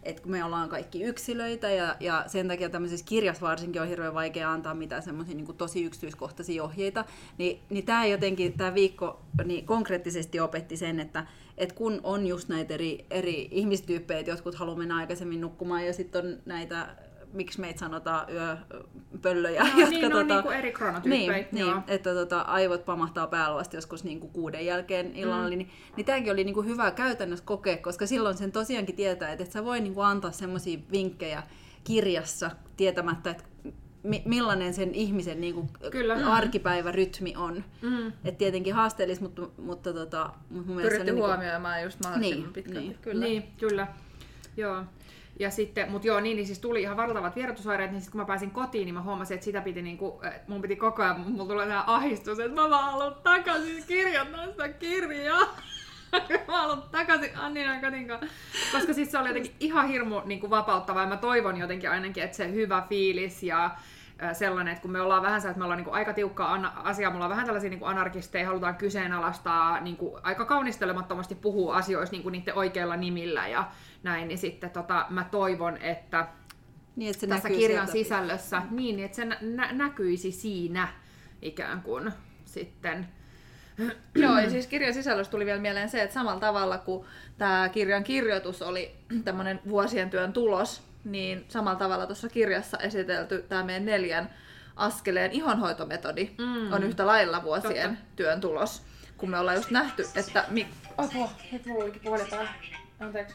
että kun me ollaan kaikki yksilöitä ja, ja sen takia tämmöisessä kirjassa varsinkin on hirveän vaikea antaa mitään semmoisia niin kuin tosi yksityiskohtaisia ohjeita, niin, niin tämä jotenkin, tämä viikko niin konkreettisesti opetti sen, että et kun on just näitä eri, eri ihmistyyppejä, että jotkut haluaa mennä aikaisemmin nukkumaan ja sitten on näitä, miksi meitä sanotaan, yöpöllöjä, No, jotka niin, tota, on niin kuin eri kronotyyppejä. Niin, niin, että tota, aivot pamahtaa päällä vasta joskus niin kuin kuuden jälkeen illalla. Mm. Niin, niin tämäkin oli niin kuin hyvä käytännössä kokea, koska silloin sen tosiaankin tietää, että et sä voi niin kuin antaa semmoisia vinkkejä kirjassa tietämättä, että mi- millainen sen ihmisen niin kuin arkipäivärytmi on. Mm. Et tietenkin haasteellista, mutta, mutta, tota, mutta mun mielestä... Pyritty niin huomioimaan kuin... just mahdollisimman niin, pitkälti. Niin, kyllä. Niin, kyllä. Joo. Ja sitten, mut joo, niin, niin siis tuli ihan valtavat vierotusoireet, niin sitten kun mä pääsin kotiin, niin mä huomasin, että sitä piti niinku, mun piti koko ajan, mulla tulee tää ahdistus, että mä vaan haluan takaisin kirjoittaa sitä kirjaa. Mä haluan takaisin Anninan kotiin, koska siis se oli jotenkin ihan hirmu niinku vapauttavaa, ja mä toivon jotenkin ainakin, että se hyvä fiilis ja sellainen, että kun me ollaan vähän että me ollaan niinku aika tiukkaa asiaa, mulla on vähän tällaisia niinku anarkisteja, halutaan kyseenalaistaa, niinku aika kaunistelemattomasti puhua asioista niinku niiden oikeilla nimillä ja näin, niin sitten tota, mä toivon, että, niin, että se tässä kirjan sisällössä, niin, että se nä- näkyisi siinä ikään kuin sitten. Joo, ja siis kirjan sisällössä tuli vielä mieleen se, että samalla tavalla kuin tämä kirjan kirjoitus oli tämmöinen vuosien työn tulos, niin samalla tavalla tuossa kirjassa esitelty tämä meidän neljän askeleen ihonhoitometodi mm. on yhtä lailla vuosien Totta. työn tulos, kun me ollaan just nähty, että... Mi- Apua, nyt mulla olikin puhelin päällä. Anteeksi.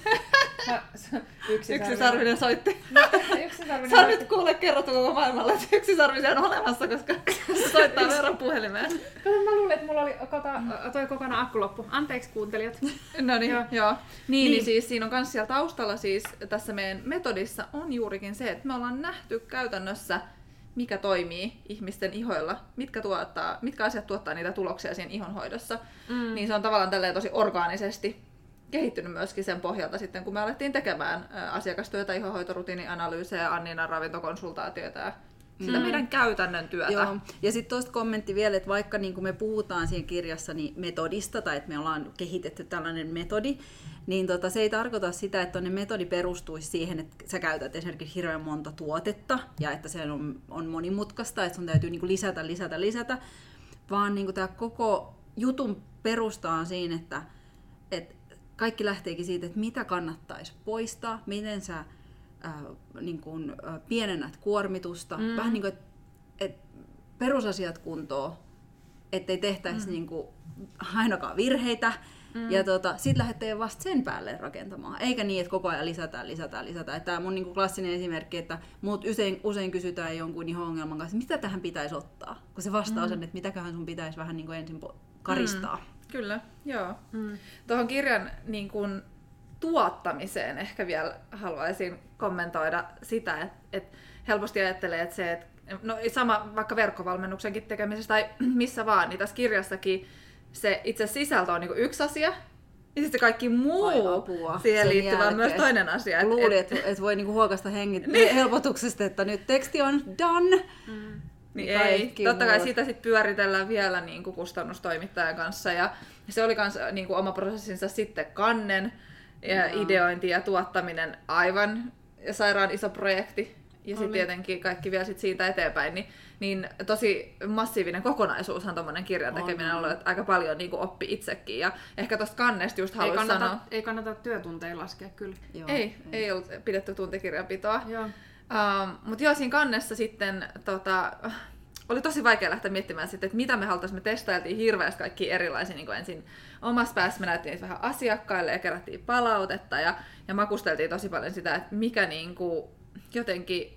Yksisarvinen soitti. No, yksisarvinen Sä nyt kuule kerrottu koko maailmalle, että yksisarvisia on olemassa, koska se soittaa verran puhelimeen. Kato, mä luulin, että mulla oli kota, toi kokonaan akku loppu. Anteeksi kuuntelijat. No niin, joo. joo. Niin, Niin. niin, siis siinä on kans siellä taustalla siis tässä meidän metodissa on juurikin se, että me ollaan nähty käytännössä, mikä toimii ihmisten ihoilla, mitkä, tuottaa, mitkä asiat tuottaa niitä tuloksia siinä ihonhoidossa. Mm. Niin se on tavallaan tälleen tosi orgaanisesti kehittynyt myöskin sen pohjalta sitten, kun me alettiin tekemään asiakastyötä, ihohoitorutiinianalyysejä, Anninan ravintokonsultaatioita ja sitä mm. meidän käytännön työtä. Joo. Ja sitten tuosta kommentti vielä, että vaikka niin kuin me puhutaan siinä kirjassa niin metodista, tai että me ollaan kehitetty tällainen metodi, niin tota, se ei tarkoita sitä, että ne metodi perustuisi siihen, että sä käytät esimerkiksi hirveän monta tuotetta, ja että se on, on monimutkaista, että sun täytyy niin kuin lisätä, lisätä, lisätä, vaan niin kuin tämä koko jutun perusta on siinä, että, että kaikki lähteekin siitä, että mitä kannattaisi poistaa, miten sä äh, niin kuin, äh, pienennät kuormitusta, mm. vähän niin kuin, että et perusasiat kuntoon, ettei tehtäisi mm. niin kuin, ainakaan virheitä, mm. ja tota, sit lähdetään vasta sen päälle rakentamaan, eikä niin, että koko ajan lisätään, lisätään, lisätään. Tämä on mun niin kuin klassinen esimerkki, että mut usein, usein kysytään jonkun ihon-ongelman kanssa, mitä tähän pitäisi ottaa, kun se vastaus mm. on, että mitäköhän sun pitäisi vähän niin kuin ensin karistaa. Mm. Kyllä, joo. Mm. Tuohon kirjan niin kun, tuottamiseen ehkä vielä haluaisin kommentoida sitä, että et helposti ajattelee, että se, että no sama vaikka verkkovalmennuksenkin tekemisessä tai missä vaan, niin tässä kirjassakin se itse sisältö on niin kuin yksi asia, ja sitten kaikki muu siihen liittyvä on myös toinen asia. Luulin, että et, et voi niinku huokasta hengit niin. helpotuksesta, että nyt teksti on done. Mm. Niin ei. Totta kai sitä sit pyöritellään vielä niin kuin kustannustoimittajan kanssa. Ja se oli myös niin kuin oma prosessinsa sitten kannen ja no. ideointi ja tuottaminen aivan sairaan iso projekti. Ja sitten tietenkin kaikki vielä sit siitä eteenpäin. Niin, niin tosi massiivinen kokonaisuushan tuommoinen kirjan tekeminen on ollut, että aika paljon niin kuin oppi itsekin. Ja ehkä tuosta kannesta just haluaisin sanoa. Ei kannata työtunteja laskea kyllä. Joo, ei, ei, ei ollut pidetty tuntikirjanpitoa. Joo. Um, mutta joo, siinä kannessa sitten tota, oli tosi vaikea lähteä miettimään sitten, että mitä me halutaisiin. Me testailtiin hirveästi kaikki erilaisia. Niin ensin omassa päässä me näyttiin niitä vähän asiakkaille ja kerättiin palautetta. Ja, ja makusteltiin tosi paljon sitä, että mikä niin kuin jotenkin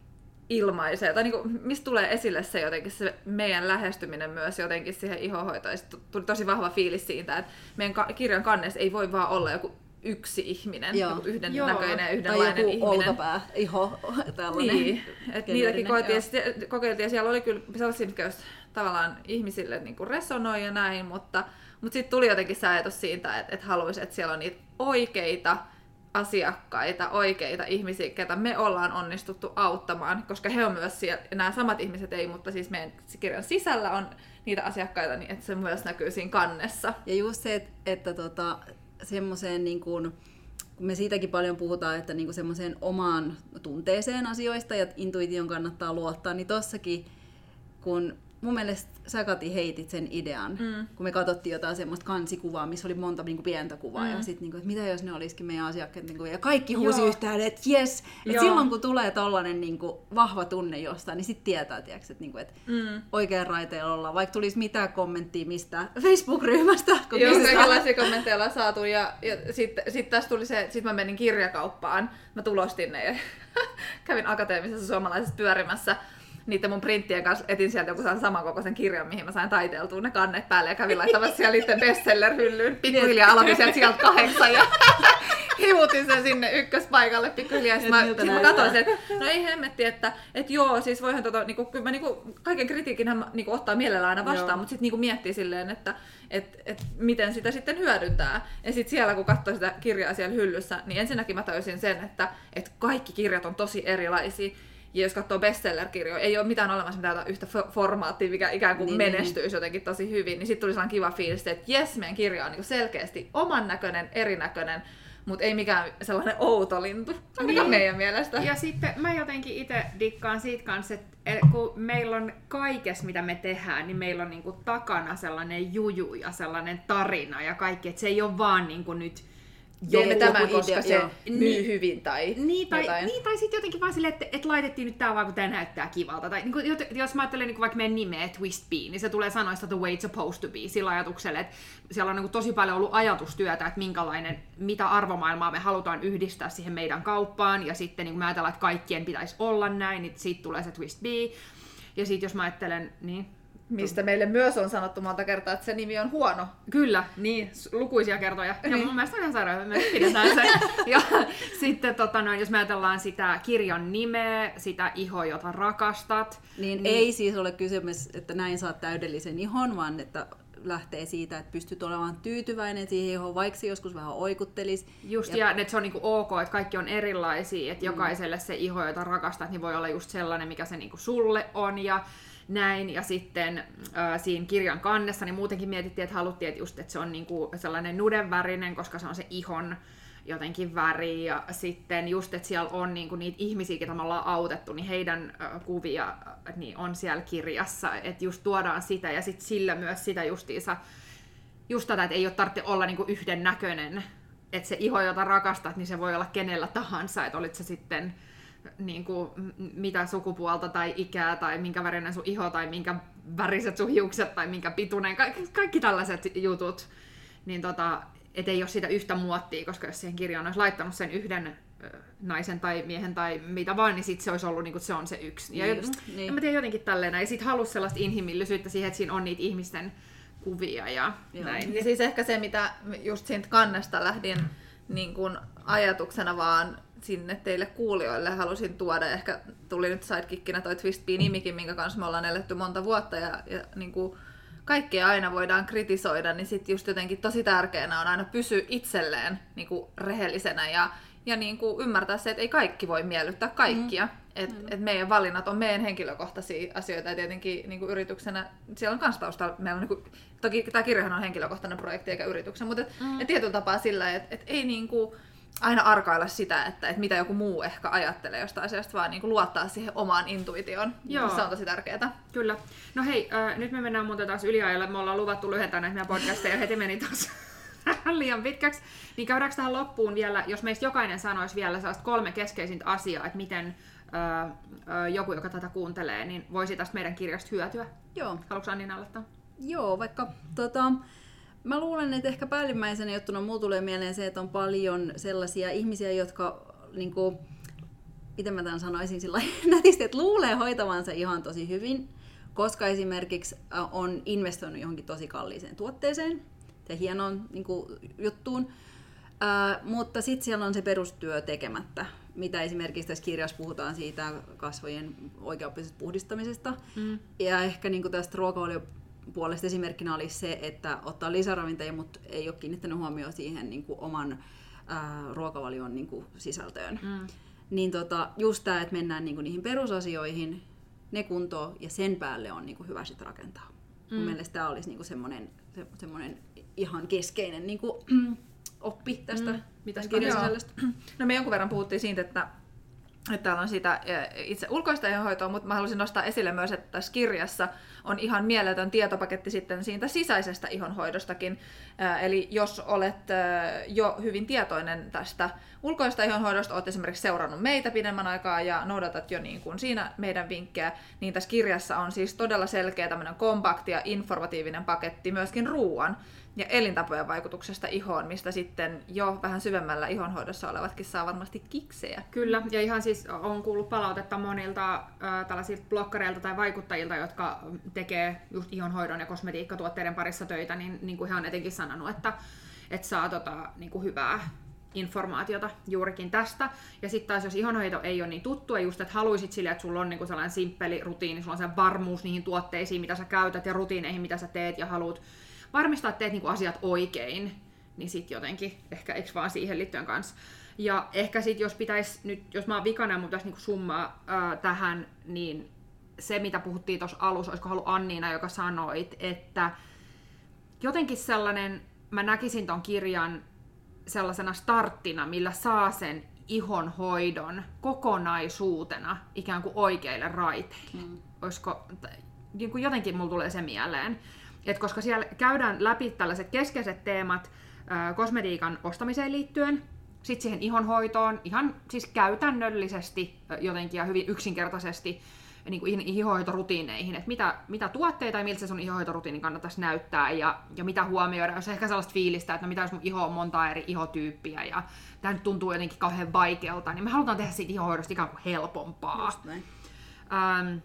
ilmaisee, tai niin kuin, mistä tulee esille se jotenkin se meidän lähestyminen myös jotenkin siihen ihohoitoon. Ja tuli tosi vahva fiilis siitä, että meidän ka- kirjan kannessa ei voi vaan olla joku yksi ihminen, Joo. joku yhden Joo. näköinen ja yhdenlainen tai joku ihminen. Olkapää, iho, tällainen. Niin, että niitäkin koitiin, kokeiltiin ja siellä oli kyllä sellaisia, mitkä just tavallaan ihmisille niin kuin resonoi ja näin, mutta, mutta sitten tuli jotenkin se ajatus siitä, että, että haluaisi, että siellä on niitä oikeita asiakkaita, oikeita ihmisiä, ketä me ollaan onnistuttu auttamaan, koska he on myös siellä, nämä samat ihmiset ei, mutta siis meidän kirjan sisällä on niitä asiakkaita, niin että se myös näkyy siinä kannessa. Ja just se, että, että tota, semmoiseen niin kuin, kun me siitäkin paljon puhutaan, että niinku semmoiseen omaan tunteeseen asioista ja intuition kannattaa luottaa, niin tossakin, kun mun mielestä sä Kati heitit sen idean, mm. kun me katsottiin jotain semmoista kansikuvaa, missä oli monta niinku pientä kuvaa, mm. ja sitten, niinku, että mitä jos ne olisikin meidän asiakkaat, niinku, ja kaikki huusi Joo. yhtään, että jes, että silloin kun tulee tollainen niinku, vahva tunne jostain, niin sitten tietää, tiiäks, että niinku, et mm. oikean raiteella ollaan, vaikka tulisi mitään kommenttia mistä Facebook-ryhmästä. Joo, kaikenlaisia kommentteja ollaan saatu, ja, ja sitten sit tässä tuli se, sit mä menin kirjakauppaan, mä tulostin ne, ja kävin akateemisessa suomalaisessa pyörimässä, niiden mun printtien kanssa etin sieltä joku samankokoisen kirjan, mihin mä sain taiteltua ne kannet päälle ja kävin laittamassa siellä niiden bestseller-hyllyyn. Pikkuhiljaa aloitin sieltä sieltä kahdeksan ja hivutin sen sinne ykköspaikalle pikkuhiljaa. Sitten mä, sit mä katsoin sen, että no ei hemmetti, että et joo, siis voihan tota, niinku, kyllä mä niinku, kaiken kritiikin niinku, ottaa mielellään aina vastaan, joo. mutta sitten niinku miettii silleen, että et, et, miten sitä sitten hyödyntää. Ja sitten siellä kun katsoi sitä kirjaa siellä hyllyssä, niin ensinnäkin mä tajusin sen, että et kaikki kirjat on tosi erilaisia. Ja jos katsoo bestseller-kirjoja, ei ole mitään olemassa mitään yhtä formaattia, mikä ikään kuin niin, menestyisi niin. jotenkin tosi hyvin, niin sitten tuli sellainen kiva fiilis, että jes, meidän kirja on niin selkeästi oman näköinen, erinäköinen, mutta ei mikään sellainen outo lintu, ainakaan niin. meidän mielestä. Ja sitten mä jotenkin itse dikkaan siitä kanssa, että kun meillä on kaikessa, mitä me tehdään, niin meillä on niinku takana sellainen juju ja sellainen tarina ja kaikki, että se ei ole vaan niinku nyt Teemme tämän, koska se myy niin, hyvin tai niin, tai, jotain. Niin, tai sitten jotenkin vaan silleen, että, että laitettiin nyt tää vaan, kun tää näyttää kivalta. Tai niin kuin, jos mä ajattelen niin vaikka meidän nimeä Twist B, niin se tulee sanoista the way it's supposed to be, sillä ajatuksella, että siellä on niin kuin tosi paljon ollut ajatustyötä, että minkälainen, mitä arvomaailmaa me halutaan yhdistää siihen meidän kauppaan, ja sitten niin kuin me ajatellaan, että kaikkien pitäisi olla näin, niin siitä tulee se Twist B. Ja sitten jos mä ajattelen, niin... Mistä meille myös on sanottu monta kertaa, että se nimi on huono. Kyllä, niin, lukuisia kertoja. Ja niin. mun mielestä on ihan sairaan, me pidetään se. Ja sitten tota, no, jos me ajatellaan sitä kirjan nimeä, sitä ihoa, jota rakastat. Niin, niin ei siis ole kysymys, että näin saat täydellisen ihon, vaan että lähtee siitä, että pystyt olemaan tyytyväinen siihen ihoon, vaikka se joskus vähän oikuttelisi. Just, ja, ja että se on niinku ok, että kaikki on erilaisia, että mm. jokaiselle se iho, jota rakastat, niin voi olla just sellainen, mikä se niinku sulle on. Ja näin, ja sitten äh, siinä kirjan kannessa niin muutenkin mietittiin, että haluttiin, että, just, että se on niinku sellainen nudenvärinen, koska se on se ihon jotenkin väri, ja sitten just, että siellä on niinku niitä ihmisiä, joita me ollaan autettu, niin heidän äh, kuvia äh, niin on siellä kirjassa, että just tuodaan sitä, ja sitten sillä myös sitä justiinsa, just tätä, että ei ole tarvitse olla niinku yhden näköinen, että se iho, jota rakastat, niin se voi olla kenellä tahansa, että olit se sitten niin kuin, mitä sukupuolta tai ikää tai minkä värinen sun iho tai minkä väriset sun hiukset tai minkä pituinen, kaikki, kaikki tällaiset jutut, niin tota, et ei ole sitä yhtä muottia, koska jos siihen kirjaan olisi laittanut sen yhden naisen tai miehen tai mitä vaan, niin sit se olisi ollut niin kuin se on se yksi. Ja niin just, niin. mä tiedän jotenkin tälleen, ja sit halusi sellaista inhimillisyyttä siihen, että siinä on niitä ihmisten kuvia ja Joo. näin. Ja siis ehkä se, mitä just siitä kannesta lähdin niin kuin ajatuksena vaan sinne teille kuulijoille halusin tuoda. Ehkä tuli nyt sidekickinä toi Twist B-nimikin, minkä kanssa me ollaan eletty monta vuotta ja, ja niin kuin kaikkea aina voidaan kritisoida, niin sitten just jotenkin tosi tärkeänä on aina pysyä itselleen niin kuin rehellisenä ja, ja niin kuin ymmärtää se, että ei kaikki voi miellyttää kaikkia. Mm. Että mm. et meidän valinnat on meidän henkilökohtaisia asioita ja tietenkin niin kuin yrityksenä, siellä on kans taustalla, meillä on niin kuin, toki tämä kirjahan on henkilökohtainen projekti eikä yrityksen, mutta et, mm. et tietyllä tapaa sillä, että et ei niin kuin aina arkailla sitä, että, että mitä joku muu ehkä ajattelee jostain asiasta, vaan niin kuin luottaa siihen omaan intuitioon. Joo. Se on tosi tärkeää. Kyllä. No hei, äh, nyt me mennään muuten taas yliajalle. Me ollaan luvattu lyhentää näitä meidän podcasteja ja heti meni taas liian pitkäksi. Niin käydäänkö tähän loppuun vielä, jos meistä jokainen sanoisi vielä sellaista kolme keskeisintä asiaa, että miten äh, äh, joku, joka tätä kuuntelee, niin voisi tästä meidän kirjasta hyötyä? Joo. Haluatko Annina aloittaa? Joo, vaikka tota... Mä luulen, että ehkä päällimmäisenä juttuna mulla tulee mieleen se, että on paljon sellaisia ihmisiä, jotka, niin kuin, miten mä tämän sanoisin sillä nätisti, että luulee hoitavansa ihan tosi hyvin, koska esimerkiksi on investoinut johonkin tosi kalliiseen tuotteeseen ja hienoon niin kuin, juttuun, Ää, mutta sitten siellä on se perustyö tekemättä, mitä esimerkiksi tässä kirjassa puhutaan siitä kasvojen oikeaoppisesta puhdistamisesta mm. ja ehkä niin kuin tästä ruokavalio puolesta esimerkkinä olisi se, että ottaa lisäravinteja, mutta ei ole kiinnittänyt huomioon siihen niin kuin oman ää, ruokavalion niin kuin sisältöön. Mm. Niin tota, just tämä, että mennään niin kuin niihin perusasioihin, ne kuntoon ja sen päälle on niin kuin hyvä sit rakentaa. Mm. Mun mielestä tämä olisi niin kuin semmoinen, se, semmoinen ihan keskeinen niin kuin, oppi tästä. Mm. Mitäs kirjan sisällöstä? No me jonkun verran puhuttiin siitä, että että täällä on sitä itse ulkoista ihonhoitoa, mutta mä haluaisin nostaa esille myös, että tässä kirjassa on ihan mieletön tietopaketti sitten siitä sisäisestä ihonhoidostakin. Eli jos olet jo hyvin tietoinen tästä ulkoista ihonhoidosta, olet esimerkiksi seurannut meitä pidemmän aikaa ja noudatat jo niin kuin siinä meidän vinkkejä, niin tässä kirjassa on siis todella selkeä tämmöinen kompakti ja informatiivinen paketti myöskin ruoan ja elintapojen vaikutuksesta ihoon, mistä sitten jo vähän syvemmällä ihonhoidossa olevatkin saa varmasti kiksejä. Kyllä, ja ihan siis on kuullut palautetta monilta äh, tällaisilta bloggareilta tai vaikuttajilta, jotka tekee just ihonhoidon ja kosmetiikkatuotteiden parissa töitä, niin, niin kuin he on etenkin sanonut, että, että saa tota, niin kuin hyvää informaatiota juurikin tästä. Ja sitten taas jos ihonhoito ei ole niin tuttua, just että haluisit sille, että sulla on niin kuin sellainen simppeli rutiini, sulla on se varmuus niihin tuotteisiin, mitä sä käytät ja rutiineihin, mitä sä teet ja haluat varmistaa, että teet niinku asiat oikein, niin sit jotenkin ehkä eks vaan siihen liittyen kanssa. Ja ehkä sit jos pitäisi nyt, jos mä oon vikana ja mun pitäisi niinku summaa ää, tähän, niin se mitä puhuttiin tuossa alussa, olisiko ollut Anniina, joka sanoit, että jotenkin sellainen, mä näkisin ton kirjan sellaisena starttina, millä saa sen ihonhoidon kokonaisuutena ikään kuin oikeille raiteille. Mm. Olisiko, niin kuin jotenkin mulla tulee se mieleen. Et koska siellä käydään läpi tällaiset keskeiset teemat ää, kosmetiikan ostamiseen liittyen, sitten siihen ihonhoitoon, ihan siis käytännöllisesti jotenkin ja hyvin yksinkertaisesti niin kuin ihonhoitorutiineihin, että mitä, mitä tuotteita ja miltä se sun ihonhoitorutiini kannattaisi näyttää ja, ja mitä huomioida, jos ehkä sellaista fiilistä, että no mitä jos mun iho on monta eri ihotyyppiä ja tämä nyt tuntuu jotenkin kauhean vaikealta, niin me halutaan tehdä siitä ihonhoidosta ikään kuin helpompaa. Just näin. Ähm,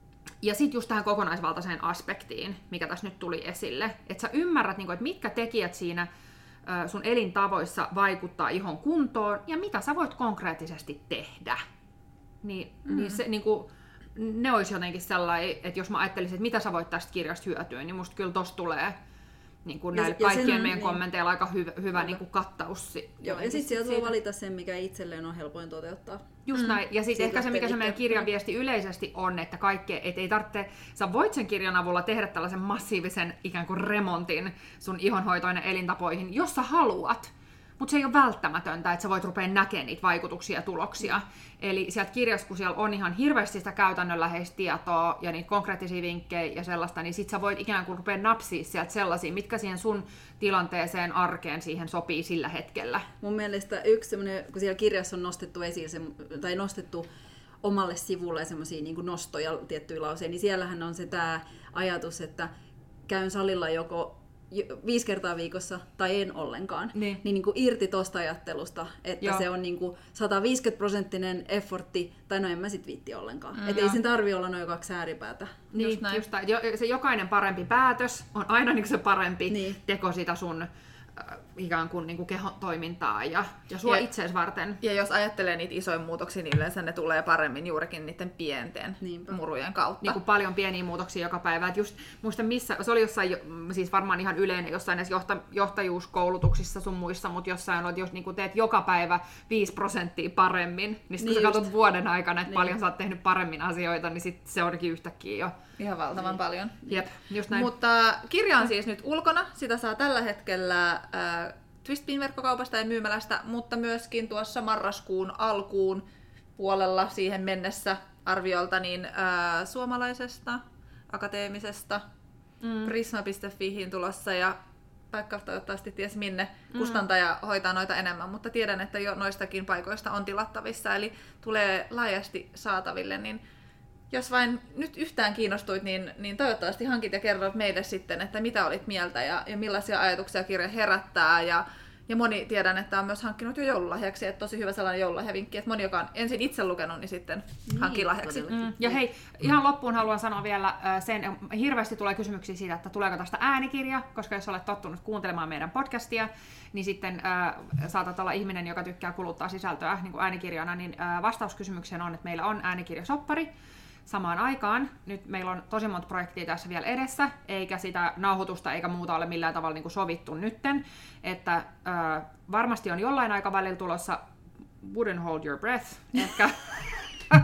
Ja sitten just tähän kokonaisvaltaiseen aspektiin, mikä tässä nyt tuli esille, että sä ymmärrät, että mitkä tekijät siinä sun elintavoissa vaikuttaa ihon kuntoon ja mitä sä voit konkreettisesti tehdä. Niin, mm. niin se, niin kuin, ne olisi jotenkin sellainen, että jos mä ajattelisin, että mitä sä voit tästä kirjasta hyötyä, niin musta kyllä tossa tulee niin kuin näillä ja kaikkien sen, meidän niin, kommenteilla aika hyvä, hyvä niin kuin kattaus. Joo, ja sitten sieltä voi valita sen, mikä itselleen on helpoin toteuttaa. Just mm. näin. Ja sitten ehkä se, mikä se meidän kirjan viesti yleisesti on, että kaikkea, et ei tarvitse, sä voit sen kirjan avulla tehdä tällaisen massiivisen ikään kuin remontin sun ihonhoitoon ja elintapoihin, jos sä haluat. Mutta se ei ole välttämätöntä, että sä voit rupea näkemään niitä vaikutuksia ja tuloksia. Mm. Eli sieltä kirjassa, kun siellä on ihan hirveästi sitä käytännönläheistä tietoa ja niitä konkreettisia vinkkejä ja sellaista, niin sit sä voit ikään kuin rupea napsia sieltä sellaisia, mitkä siihen sun tilanteeseen, arkeen siihen sopii sillä hetkellä. Mun mielestä yksi semmoinen, kun siellä kirjassa on nostettu esiin, se, tai nostettu omalle sivulle semmoisia niin kuin nostoja tiettyjä lauseja, niin siellähän on se tää ajatus, että käyn salilla joko viisi kertaa viikossa tai en ollenkaan, niin, niin, niin kuin irti tosta ajattelusta, että Joo. se on niin kuin sataviisikymmentä prosenttinen effortti, tai no en mä sit viitti ollenkaan. Mm, että ei sen tarvi olla noin kaksi ääripäätä. Niin, just näin. Just se jokainen parempi päätös on aina niin se parempi niin. teko sitä sun äh, ikään kuin, niin kuin kehon toimintaa ja, ja sua ja, itseäsi varten. Ja jos ajattelee niitä isoja muutoksia, niin yleensä ne tulee paremmin juurikin niiden pienten Niinpä. murujen kautta. Niin kuin paljon pieniä muutoksia joka päivä. Et just, muista missä, se oli jossain, siis varmaan ihan yleinen jossain näissä johta, johtajuuskoulutuksissa sun muissa, mutta jossain on, jos niin kuin teet joka päivä viisi prosenttia paremmin, niin sitten niin kun sä katsot vuoden aikana, että niin. paljon sä oot tehnyt paremmin asioita, niin sit se onkin yhtäkkiä jo. Ihan valtavan niin. paljon. Jep, just näin. Mutta kirja on siis nyt ulkona, sitä saa tällä hetkellä äh, Twistbin verkkokaupasta ja myymälästä, mutta myöskin tuossa marraskuun alkuun puolella siihen mennessä arviolta niin ää, suomalaisesta, akateemisesta, mm. prisma piste fiihin tulossa ja vaikka toivottavasti ties minne kustantaja mm. hoitaa noita enemmän, mutta tiedän, että jo noistakin paikoista on tilattavissa, eli tulee laajasti saataville, niin jos vain nyt yhtään kiinnostuit, niin, niin toivottavasti hankit ja kerrot meille sitten, että mitä olit mieltä ja, ja millaisia ajatuksia kirja herättää. Ja, ja moni tiedän, että on myös hankkinut jo joululahjaksi, että tosi hyvä sellainen joululahjavinkki, että moni, joka on ensin itse lukenut, niin sitten niin, hankkii lahjaksi. Mm. Ja hei, ihan loppuun haluan sanoa vielä sen, hirveästi tulee kysymyksiä siitä, että tuleeko tästä äänikirja, koska jos olet tottunut kuuntelemaan meidän podcastia, niin sitten äh, saatat olla ihminen, joka tykkää kuluttaa sisältöä niin kuin äänikirjana, niin äh, vastaus kysymykseen on, että meillä on äänikirjasoppari. Samaan aikaan, nyt meillä on tosi monta projektia tässä vielä edessä, eikä sitä nauhoitusta eikä muuta ole millään tavalla niin kuin sovittu nytten, että äh, varmasti on jollain aikavälillä tulossa Wouldn't Hold Your Breath, ehkä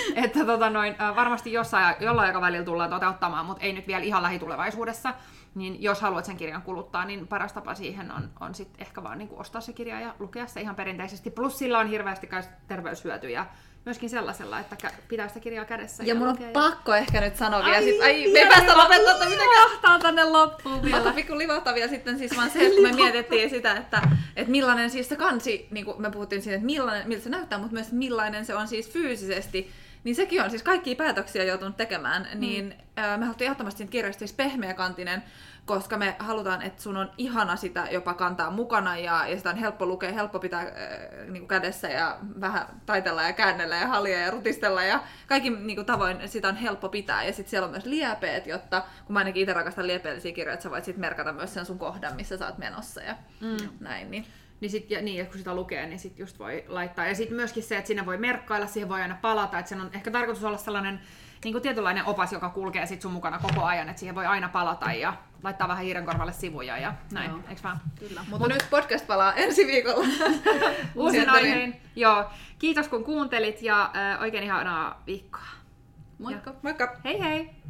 että tota noin, varmasti jossain, jollain aikavälillä tullaan toteuttamaan, mutta ei nyt vielä ihan lähitulevaisuudessa. Niin jos haluat sen kirjan kuluttaa, niin paras tapa siihen on, on sit ehkä vaan niin kuin ostaa se kirja ja lukea se ihan perinteisesti. Plus sillä on hirveästi terveyshyötyjä myöskin sellaisella, että pitää sitä kirjaa kädessä. Ja, ja mun on lukea. pakko ehkä nyt sanoa vielä. Ai, Sit, ai me ei päästä lopettaa, että mitenkään. Mahtaa tänne loppuun vielä. Ota pikku livahtavia sitten siis vaan se, että me mietittiin sitä, että, että millainen siis se kansi, niin kuin me puhuttiin siitä, että millainen, miltä se näyttää, mutta myös millainen se on siis fyysisesti. Niin sekin on siis kaikkia päätöksiä joutunut tekemään, mm. niin ää, me haluttiin ehdottomasti siitä kirjasta siis pehmeäkantinen, koska me halutaan, että sun on ihana sitä jopa kantaa mukana ja, ja sitä on helppo lukea, helppo pitää ää, niin kädessä ja vähän taitella ja käännellä ja halia ja rutistella ja kaikki niin tavoin sitä on helppo pitää. Ja sitten siellä on myös liepeet, jotta kun mä ainakin itse rakastan liepeellisiä kirjoja, että sä voit sit merkata myös sen sun kohdan, missä sä oot menossa ja mm. näin. Niin. Niin, sit, ja, niin, kun sitä lukee, niin sit just voi laittaa. Ja sitten myöskin se, että siinä voi merkkailla, siihen voi aina palata. Että sen on ehkä tarkoitus olla sellainen niin kuin tietynlainen opas, joka kulkee sit sun mukana koko ajan. Että siihen voi aina palata ja laittaa vähän hiirenkorvalle sivuja ja näin. Joo. Eiks vaan? Kyllä. Mutta Mut nyt podcast palaa ensi viikolla. Uusin aiheen. Joo. Kiitos kun kuuntelit ja äh, oikein ihanaa viikkoa. Moikka! Moikka! Hei hei!